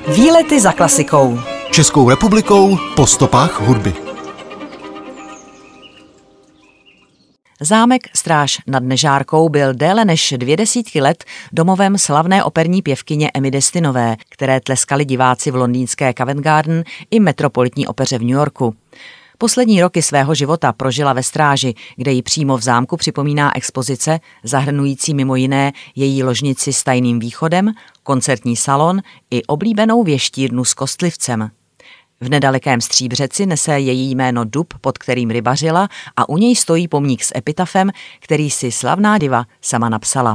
Výlety za klasikou. Českou republikou po stopách hudby. Zámek Stráž nad Nežárkou byl déle než 20 let domovem slavné operní pěvkyně Emmy Destinové, které tleskali diváci v londýnské Covent Garden i Metropolitní opeře v New Yorku. Poslední roky svého života prožila ve Stráži, kde ji přímo v zámku připomíná expozice, zahrnující mimo jiné její ložnici s tajným východem, koncertní salon i oblíbenou věštírnu s kostlivcem. V nedalekém Stříbřeci nese její jméno dub, pod kterým rybařila, a u něj stojí pomník s epitafem, který si slavná diva sama napsala.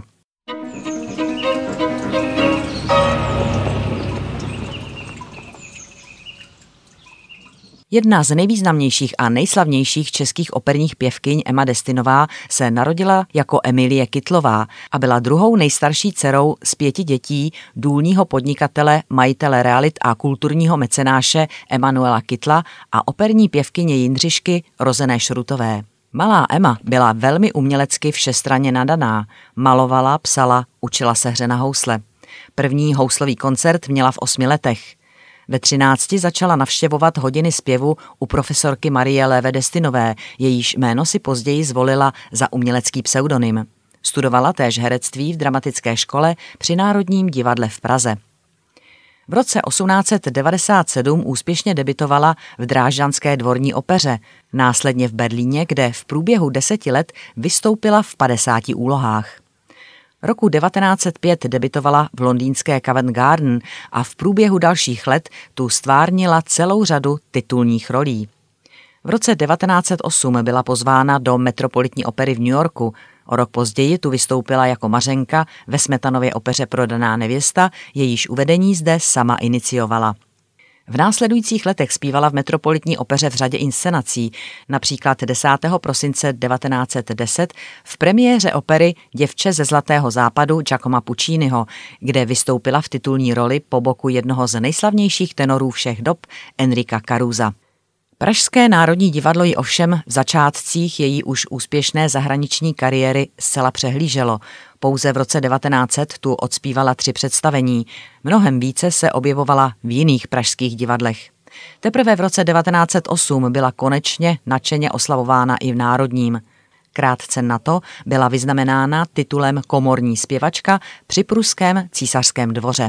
Jedna z nejvýznamnějších a nejslavnějších českých operních pěvkyň Emma Destinová se narodila jako Emilie Kytlová a byla druhou nejstarší dcerou z 5 dětí důlního podnikatele, majitele realit a kulturního mecenáše Emanuela Kytla a operní pěvkyně Jindřišky rozené Šrutové. Malá Emma byla velmi umělecky všestranně nadaná. Malovala, psala, učila se hře na housle. První houslový koncert měla v 8 letech. Ve 13 začala navštěvovat hodiny zpěvu u profesorky Marie Léve Destinové, jejíž jméno si později zvolila za umělecký pseudonym. Studovala též herectví v dramatické škole při Národním divadle v Praze. V roce 1897 úspěšně debutovala v Drážďanské dvorní opeře, následně v Berlíně, kde v průběhu 10 let vystoupila v 50 úlohách. Roku 1905 debutovala v londýnské Covent Garden a v průběhu dalších let tu stvárnila celou řadu titulních rolí. V roce 1908 byla pozvána do Metropolitní opery v New Yorku. O rok později tu vystoupila jako Mařenka ve Smetanově opeře Prodaná nevěsta, jejíž uvedení zde sama iniciovala. V následujících letech zpívala v Metropolitní opeře v řadě inscenací, například 10. prosince 1910 v premiéře opery Děvče ze Zlatého západu Giacomo Pucciniho, kde vystoupila v titulní roli po boku jednoho z nejslavnějších tenorů všech dob, Enrica Carusa. Pražské Národní divadlo ji ovšem v začátcích její už úspěšné zahraniční kariéry zcela přehlíželo. Pouze v roce 1900 tu odspívala 3 představení. Mnohem více se objevovala v jiných pražských divadlech. Teprve v roce 1908 byla konečně nadšeně oslavována i v Národním. Krátce na to byla vyznamenána titulem komorní zpěvačka při pruském císařském dvoře.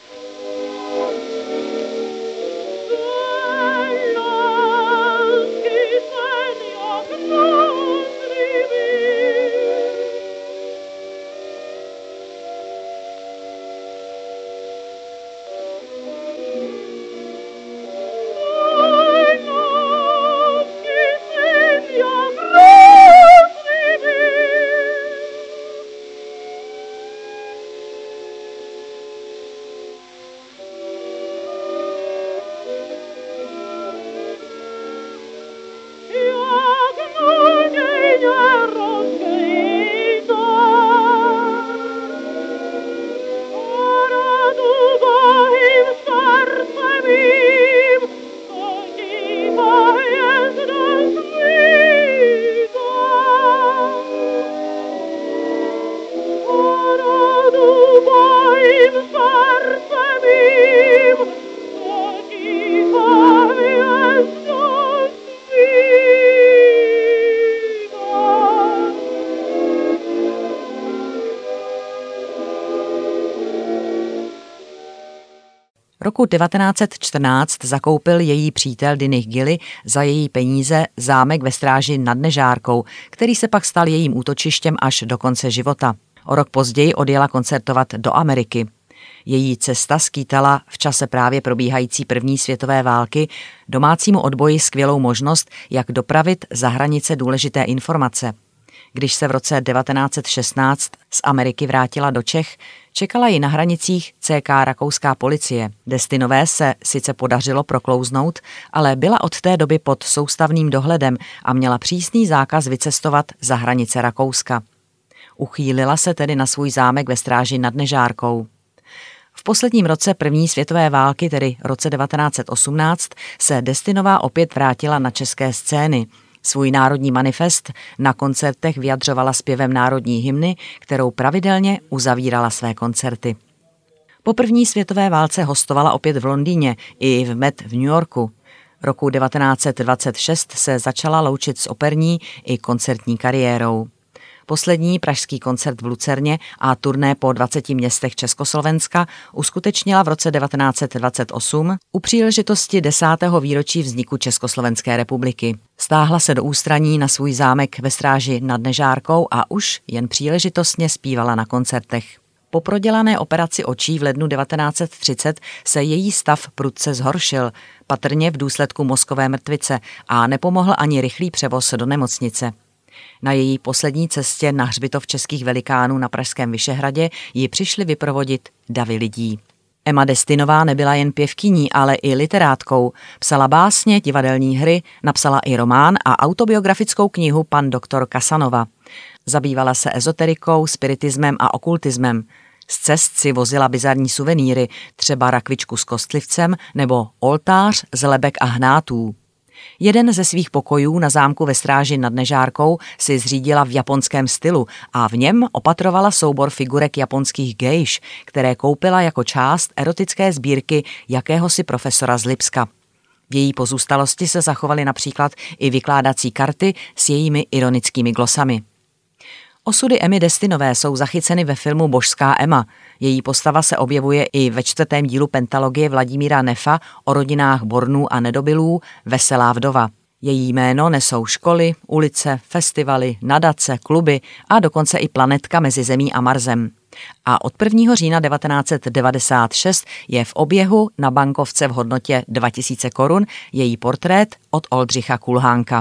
Roku 1914 zakoupil její přítel Dynich Gilly za její peníze zámek ve Stráži nad Nežárkou, který se pak stal jejím útočištěm až do konce života. O rok později odjela koncertovat do Ameriky. Její cesta skýtala v čase právě probíhající první světové války domácímu odboji skvělou možnost, jak dopravit za hranice důležité informace. Když se v roce 1916 z Ameriky vrátila do Čech, čekala ji na hranicích CK rakouská policie. Destinové se sice podařilo proklouznout, ale byla od té doby pod soustavným dohledem a měla přísný zákaz vycestovat za hranice Rakouska. Uchýlila se tedy na svůj zámek ve Stráži nad Nežárkou. V posledním roce první světové války, tedy roce 1918, se Destinová opět vrátila na české scény. Svůj národní manifest na koncertech vyjadřovala zpěvem národní hymny, kterou pravidelně uzavírala své koncerty. Po první světové válce hostovala opět v Londýně i v Met v New Yorku. Roku 1926 se začala loučit s operní i koncertní kariérou. Poslední pražský koncert v Lucerně a turné po 20 městech Československa uskutečnila v roce 1928 u příležitosti 10. výročí vzniku Československé republiky. Stáhla se do ústraní na svůj zámek ve Stráži nad Nežárkou a už jen příležitostně zpívala na koncertech. Po prodělané operaci očí v lednu 1930 se její stav prudce zhoršil, patrně v důsledku mozkové mrtvice, a nepomohl ani rychlý převoz do nemocnice. Na její poslední cestě na hřbitov českých velikánů na pražském Vyšehradě ji přišli vyprovodit davy lidí. Emma Destinová nebyla jen pěvkyní, ale i literátkou. Psala básně, divadelní hry, napsala i román a autobiografickou knihu Pan doktor Casanova. Zabývala se ezoterikou, spiritismem a okultismem. Z cest si vozila bizarní suvenýry, třeba rakvičku s kostlivcem nebo oltář z lebek a hnátů. Jeden ze svých pokojů na zámku ve Stráži nad Nežárkou si zřídila v japonském stylu a v něm opatrovala soubor figurek japonských gejš, které koupila jako část erotické sbírky jakéhosi profesora z Lipska. V její pozůstalosti se zachovaly například i vykládací karty s jejími ironickými glosami. Osudy Emmy Destinové jsou zachyceny ve filmu Božská Emma. Její postava se objevuje i ve 4. dílu pentalogie Vladimíra Neffa o rodinách Bornů a Nedobylů Veselá vdova. Její jméno nesou školy, ulice, festivaly, nadace, kluby a dokonce i planetka mezi Zemí a Marsem. A od 1. října 1996 je v oběhu na bankovce v hodnotě 2000 korun její portrét od Oldřicha Kulhánka.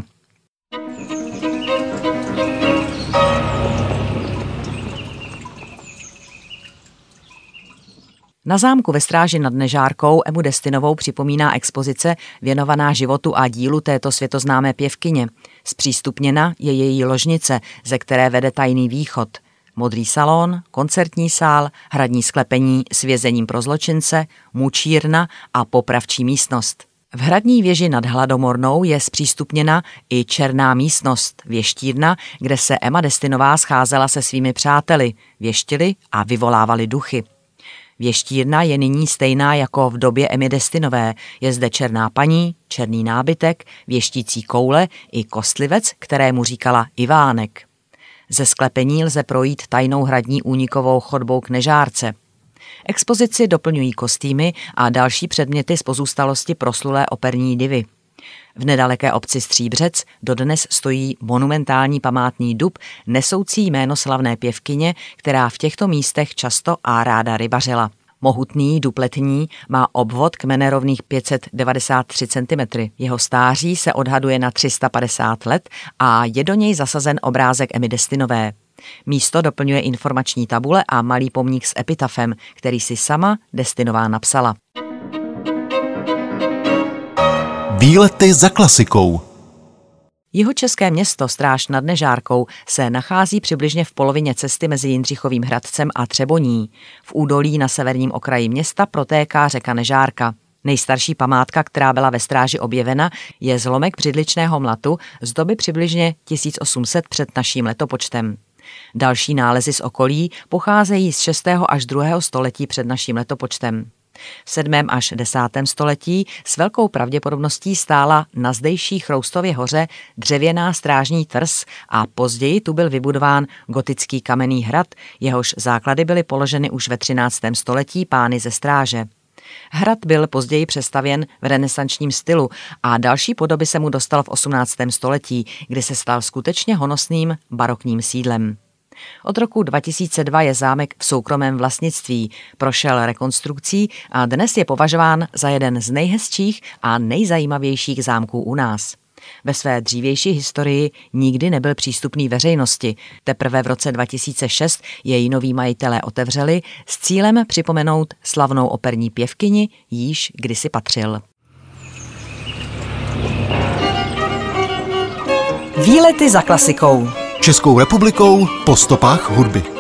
Na zámku ve Stráži nad Nežárkou Emmu Destinovou připomíná expozice věnovaná životu a dílu této světoznámé pěvkyně. Zpřístupněna je její ložnice, ze které vede tajný východ. Modrý salon, koncertní sál, hradní sklepení s vězením pro zločince, mučírna a popravčí místnost. V hradní věži nad Hladomornou je zpřístupněna i černá místnost, věštírna, kde se Emma Destinová scházela se svými přáteli, věštili a vyvolávali duchy. Věštírna je nyní stejná jako v době Emmy Destinové. Je zde černá paní, černý nábytek, věštící koule i kostlivec, kterému říkala Ivánek. Ze sklepení lze projít tajnou hradní únikovou chodbou k Nežárce. Expozici doplňují kostýmy a další předměty z pozůstalosti proslulé operní divy. V nedaleké obci Stříbřec dodnes stojí monumentální památný dub nesoucí jméno slavné pěvkyně, která v těchto místech často a ráda rybařila. Mohutný dub letní má obvod kmene rovných 593 cm. Jeho stáří se odhaduje na 350 let a je do něj zasazen obrázek Emmy Destinové. Místo doplňuje informační tabule a malý pomník s epitafem, který si sama Destinová napsala. Výlety za klasikou. Jihočeské město Stráž nad Nežárkou se nachází přibližně v polovině cesty mezi Jindřichovým Hradcem a Třeboní. V údolí na severním okraji města protéká řeka Nežárka. Nejstarší památka, která byla ve Stráži objevena, je zlomek břidličného mlatu z doby přibližně 1800 před naším letopočtem. Další nálezy z okolí pocházejí z 6. až 2. století před naším letopočtem. V 7. až 10. století s velkou pravděpodobností stála na zdejší Chroustově hoře dřevěná strážní tvrz a později tu byl vybudován gotický kamenný hrad, jehož základy byly položeny už ve 13. století pány ze Stráže. Hrad byl později přestavěn v renesančním stylu a další podoby se mu dostal v 18. století, kdy se stal skutečně honosným barokním sídlem. Od roku 2002 je zámek v soukromém vlastnictví, prošel rekonstrukcí a dnes je považován za jeden z nejhezčích a nejzajímavějších zámků u nás. Ve své dřívější historii nikdy nebyl přístupný veřejnosti. Teprve v roce 2006 jej noví majitelé otevřeli s cílem připomenout slavnou operní pěvkyni, jíž kdysi patřil. Výlety za klasikou. Českou republikou po stopách hudby.